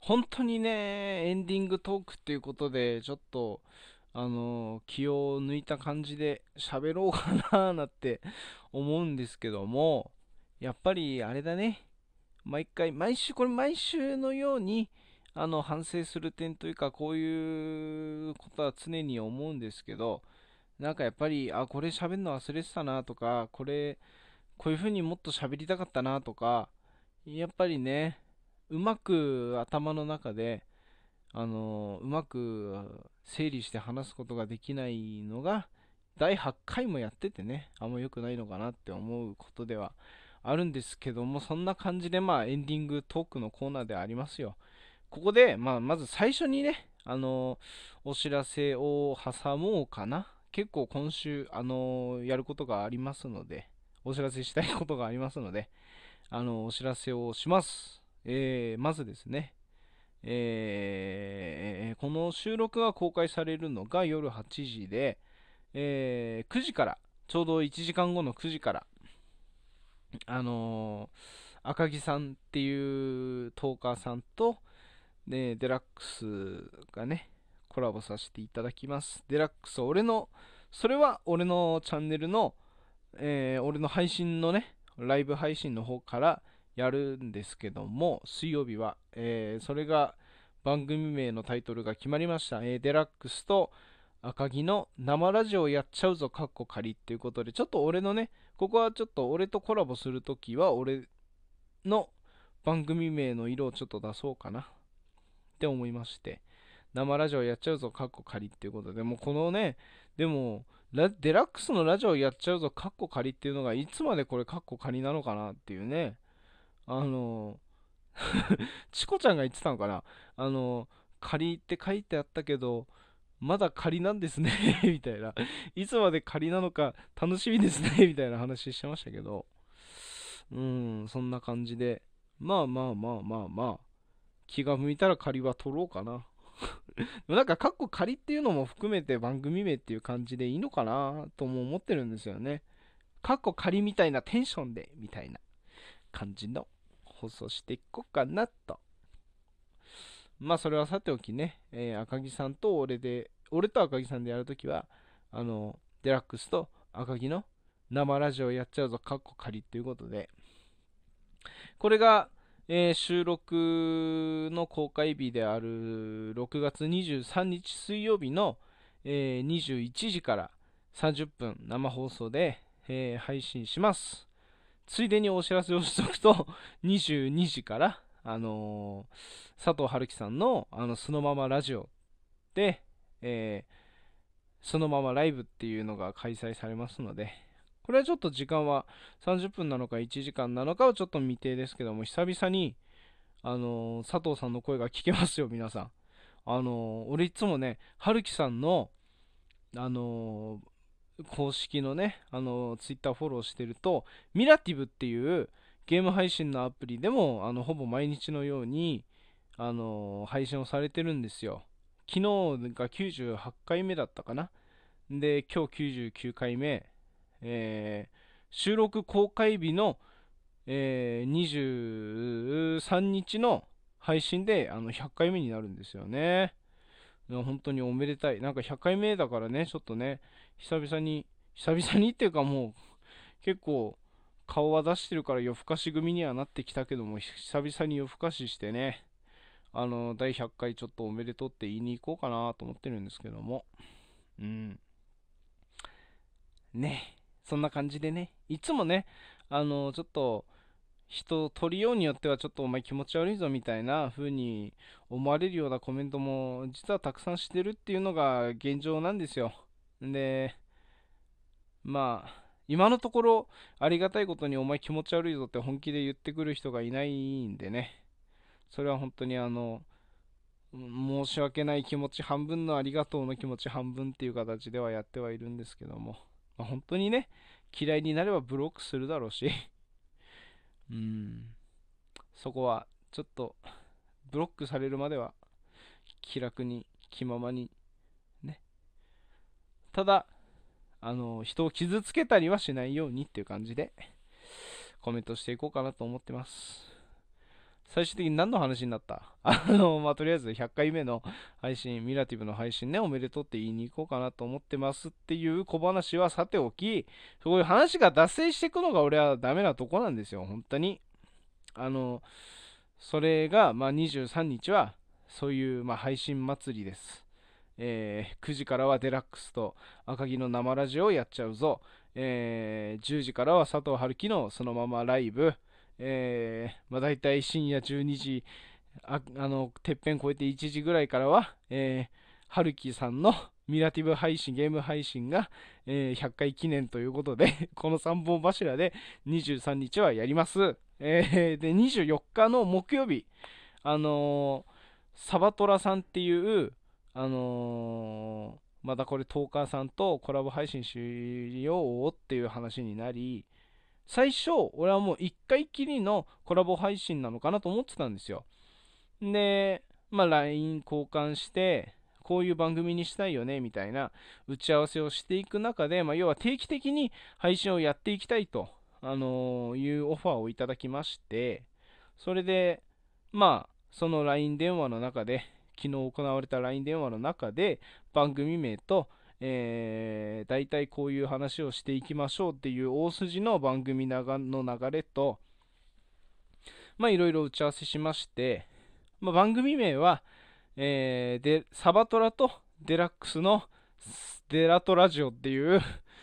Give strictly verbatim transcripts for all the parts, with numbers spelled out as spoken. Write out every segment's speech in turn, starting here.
本当にね、エンディングトークっていうことで、ちょっと、あの、気を抜いた感じで喋ろうかなーなって思うんですけども、やっぱりあれだね、毎回、毎週、これ毎週のように、あの、反省する点というか、こういうことは常に思うんですけど、なんかやっぱり、あ、これ喋るの忘れてたなとか、これ、こういう風にもっと喋りたかったなとか、やっぱりね、うまく頭の中で、あのうまく整理して話すことができないのが、だいはちかいもやっててね、あんま良くないのかなって思うことではあるんですけども、そんな感じで、まあ、エンディングトークのコーナーでありますよ。ここで、まあ、まず最初にね、あのお知らせを挟もうかな。結構今週、あのやることがありますので、お知らせしたいことがありますので、あのお知らせをします。えー、まずですね、えーこの収録が公開されるのが夜はちじで、えーくじから、ちょうどいちじかんごのくじから、あのー赤木さんっていうトーカーさんと、でデラックスがね、コラボさせていただきます。デラックス、俺の、それは俺のチャンネルの、えー俺の配信のね、ライブ配信の方からやるんですけども、水曜日は、えーそれが番組名のタイトルが決まりました。えーデラックスと赤木の生ラジオやっちゃうぞ、カッコ仮っていうことで、ちょっと俺のね、ここはちょっと俺とコラボするときは、俺の番組名の色をちょっと出そうかなって思いまして、生ラジオやっちゃうぞ、カッコ仮っていうことで、もうこのね、でも、ラデラックスのラジオやっちゃうぞ、カッコ仮っていうのが、いつまでこれカッコ仮なのかなっていうね、あの、チコちゃんが言ってたのかな、あの、仮って書いてあったけど、まだ仮なんですねみたいな。いつまで仮なのか楽しみですねみたいな話してましたけど、うーん、そんな感じで、まあまあまあまあまあ、気が向いたら仮は取ろうかな。なんか、カッコ仮っていうのも含めて番組名っていう感じでいいのかなとも思ってるんですよね。カッコ仮みたいなテンションで、みたいな感じの放送していこうかなと。まあ、それはさておきね、えー赤木さんと俺で、俺と赤木さんでやるときは、あの、デラックスと赤木の生ラジオやっちゃうぞ、カッコ仮っていうことで、これが、えー収録の公開日であるろくがつにじゅうさんにち水曜日の、えーにじゅういちじからさんじゅっぷん生放送で、えー配信します。ついでにお知らせをしておくと、にじゅうにじから、あのー佐藤春樹さんのあのそのままラジオで、えーそのままライブっていうのが開催されますので、これはちょっと時間はさんじゅっぷんなのかいちじかんなのかはちょっと未定ですけども、久々に、あのー佐藤さんの声が聞けますよ、皆さん。あのー俺いつもね、春樹さんの、あのー公式のね、あのーツイッターフォローしてると、ミラティブっていうゲーム配信のアプリでも、あのほぼ毎日のように、あのー配信をされてるんですよ。昨日がきゅうじゅうはちかいめだったかな。で、今日きゅうじゅうきゅうかいめ、えー収録公開日の、えーにじゅうさんにちの配信であのひゃっかいめになるんですよね。いや本当におめでたい。なんかひゃっかいめだからね、ちょっとね、久々に、久々にっていうかもう結構顔は出してるから夜更かし組にはなってきたけども、久々に夜更かししてね、あの、だいひゃっかいちょっとおめでとうって言いに行こうかなと思ってるんですけども。うん。ね。そんな感じでね、いつもね、あの、ちょっと、人を取りようによってはちょっとお前気持ち悪いぞみたいな風に思われるようなコメントも実はたくさんしてるっていうのが現状なんですよ。で、まあ、今のところありがたいことにお前気持ち悪いぞって本気で言ってくる人がいないんでね、それは本当にあの、申し訳ない気持ち半分のありがとうの気持ち半分っていう形ではやってはいるんですけども、まあ、本当にね、嫌いになればブロックするだろうし、うーん、そこはちょっとブロックされるまでは気楽に気ままにね、ただあの人を傷つけたりはしないようにっていう感じでコメントしていこうかなと思ってます。 最終的に何の話になったあの、まあ、とりあえずひゃっかいめの配信、ミラティブの配信ね、おめでとうって言いに行こうかなと思ってますっていう小話はさておき、そういう話が脱線していくのが俺はダメなとこなんですよ、本当に。あの、それが、まあ、にじゅうさんにちは、そういう、まあ、配信祭りです。えーくじからはデラックスと赤木の生ラジオをやっちゃうぞ。えーじゅうじからは佐藤春樹のそのままライブ。えーまあ、大体深夜じゅうにじ、ああの、てっぺん越えていちじぐらいからは、えー、春樹さんのミラティブ配信、ゲーム配信が、えーひゃっかい記念ということで、このさんぼん柱でにじゅうさんにちはやります。えーで、にじゅうよっかの木曜日、あのーサバトラさんっていう、あのーまたこれトーカーさんとコラボ配信しようっていう話になり、最初、俺はもういっかいきりのコラボ配信なのかなと思ってたんですよ。で、まあ ライン 交換して、こういう番組にしたいよねみたいな打ち合わせをしていく中で、まあ、要は定期的に配信をやっていきたいと、あのーいうオファーをいただきまして、それで、まあ、その ライン 電話の中で、昨日行われた ライン 電話の中で、番組名と、えー、大体こういう話をしていきましょうっていう大筋の番組の流れと、まあいろいろ打ち合わせしまして、まあ、番組名は、えーで、サバトラとデラックスのデラトラジオっていう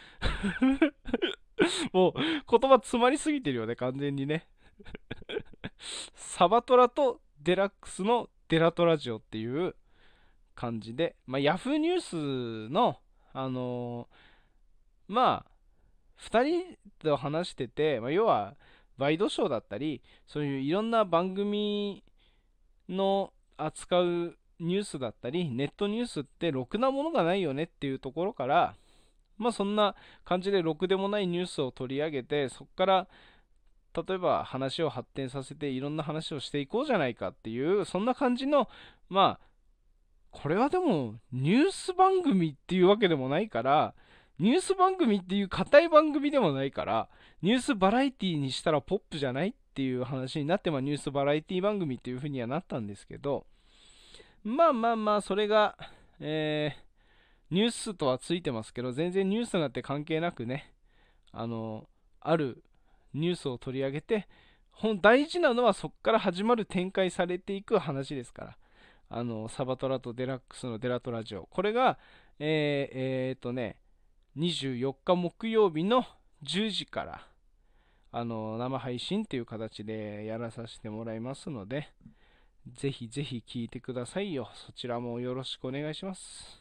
もう言葉詰まりすぎてるよね、完全にね。サバトラとデラックスのデラトラジオっていう感じで、まあ、ヤフーニュースの、あのーまあ、ふたりと話してて、まあ、要は、ワイドショーだったり、そういういろんな番組の扱うニュースだったり、ネットニュースってろくなものがないよねっていうところから、まあそんな感じでろくでもないニュースを取り上げて、そこから例えば話を発展させていろんな話をしていこうじゃないかっていう、そんな感じの、まあ、これはでもニュース番組っていうわけでもないから、ニュース番組っていう硬い番組でもないから、ニュースバラエティにしたらポップじゃないっていう話になって、まあニュースバラエティ番組っていう風にはなったんですけど、まあまあまあ、それが、えーニュースとはついてますけど、全然ニュースなんて関係なくね、あの、あるニュースを取り上げて、ほん大事なのはそこから始まる展開されていく話ですから。あの、サバトラとデラックスのデラトラジオ。これが、えー、えーとね、にじゅうよっか木曜日のじゅうじから、あの、生配信っていう形でやらさせてもらいますので、ぜひぜひ聞いてくださいよ。そちらもよろしくお願いします。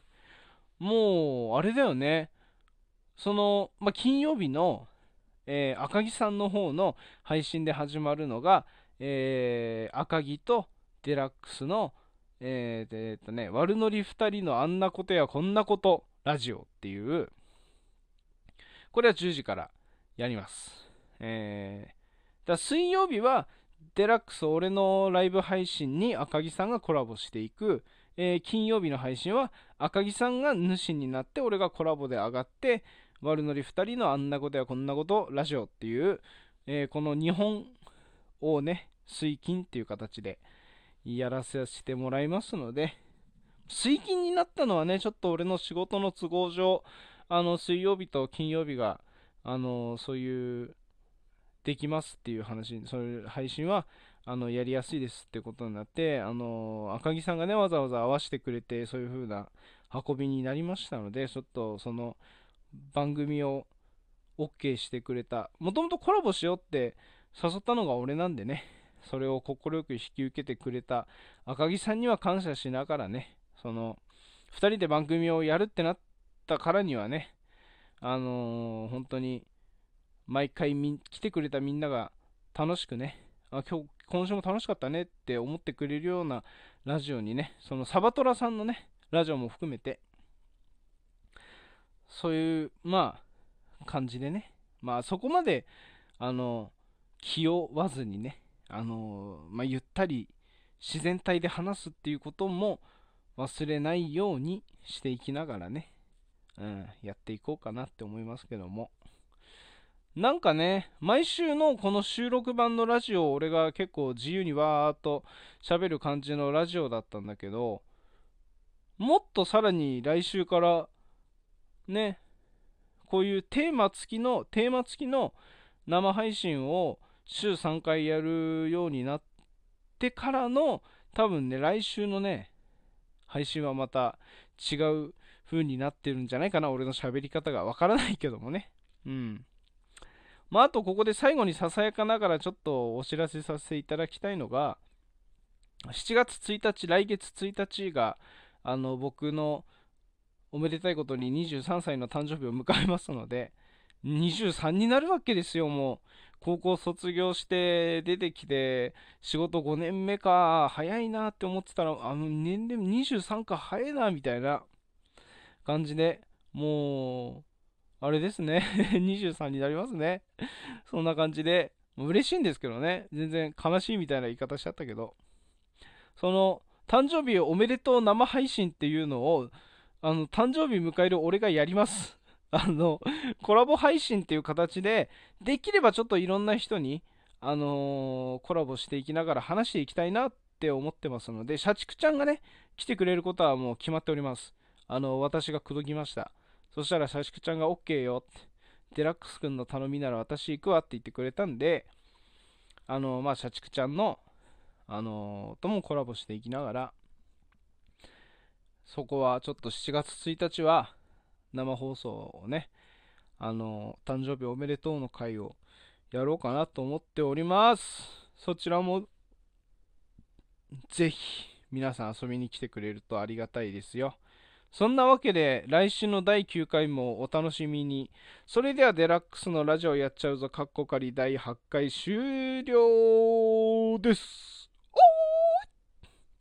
もう、あれだよね。その、まあ、金曜日の、えー赤木さんの方の配信で始まるのが、えー赤木とデラックスの、えーえーっとね、悪ノリふたりのあんなことやこんなことラジオっていう、これはじゅうじからやります。えー、だ水曜日はデラックス俺のライブ配信に赤木さんがコラボしていく、えー金曜日の配信は赤木さんが主になって俺がコラボで上がって、悪ノリふたりのあんなことやこんなことラジオっていう、えーこのにほんをね、水金っていう形でやらせてもらいますので、水金になったのはね、ちょっと俺の仕事の都合上、あの水曜日と金曜日が、あのそういうできますっていう話、そういう配信はあのやりやすいですってことになって、あの赤木さんがね、わざわざ合わせてくれて、そういう風な運びになりましたので、ちょっとその番組を OK してくれた、もともとコラボしようって誘ったのが俺なんでね、それを快く引き受けてくれた赤木さんには感謝しながらね、そのふたりで番組をやるってなったからにはね、あのー本当に毎回み来てくれたみんなが楽しくね、あ、今日、今週も楽しかったねって思ってくれるようなラジオにね、そのサバトラさんのね、ラジオも含めて、そういう、まあ、感じでね、まあ、そこまで、あの、気負わずにね、あの、まあ、ゆったり、自然体で話すっていうことも忘れないようにしていきながらね、うん、やっていこうかなって思いますけども。 なんかね、毎週のこの収録版のラジオを俺が結構自由にわーっと喋る感じのラジオだったんだけど、もっとさらに来週からね、こういうテーマ付きの、テーマ付きの生配信を週さんかいやるようになってからの、多分ね、来週のね、配信はまた違う風になってるんじゃないかな。俺の喋り方がわからないけどもね。うん。まあ、あとここで最後にささやかながらちょっとお知らせさせていただきたいのが、しちがつついたち、来月ついたちが、あの、僕のおめでたいことににじゅうさんさいの誕生日を迎えますので、にじゅうさんになるわけですよ、もう。高校卒業して出てきて、仕事ごねんめか、早いなって思ってたら、あの年齢にじゅうさんか、早いな、みたいな感じで、もう、あれですね。にじゅうさんになりますね。そんな感じで、もう嬉しいんですけどね。全然悲しいみたいな言い方しちゃったけど、その、誕生日おめでとう生配信っていうのを、あの、誕生日迎える俺がやります。あの、コラボ配信っていう形で、できればちょっといろんな人に、あのーコラボしていきながら話していきたいなって思ってますので、社畜ちゃんがね、来てくれることはもう決まっております。あの、私が口説きました。そしたら社畜ちゃんが OK よって、デラックス君の頼みなら私行くわって言ってくれたんで、あの、まあ、社畜ちゃんの、あのーともコラボしていきながら、そこはちょっとしちがつついたちは生放送をね、あのー誕生日おめでとうの会をやろうかなと思っております。そちらもぜひ皆さん遊びに来てくれるとありがたいですよ。そんなわけで来週のだいきゅうかいもお楽しみに。それではデラックスのラジオやっちゃうぞカッコ仮だいはちかい終了です。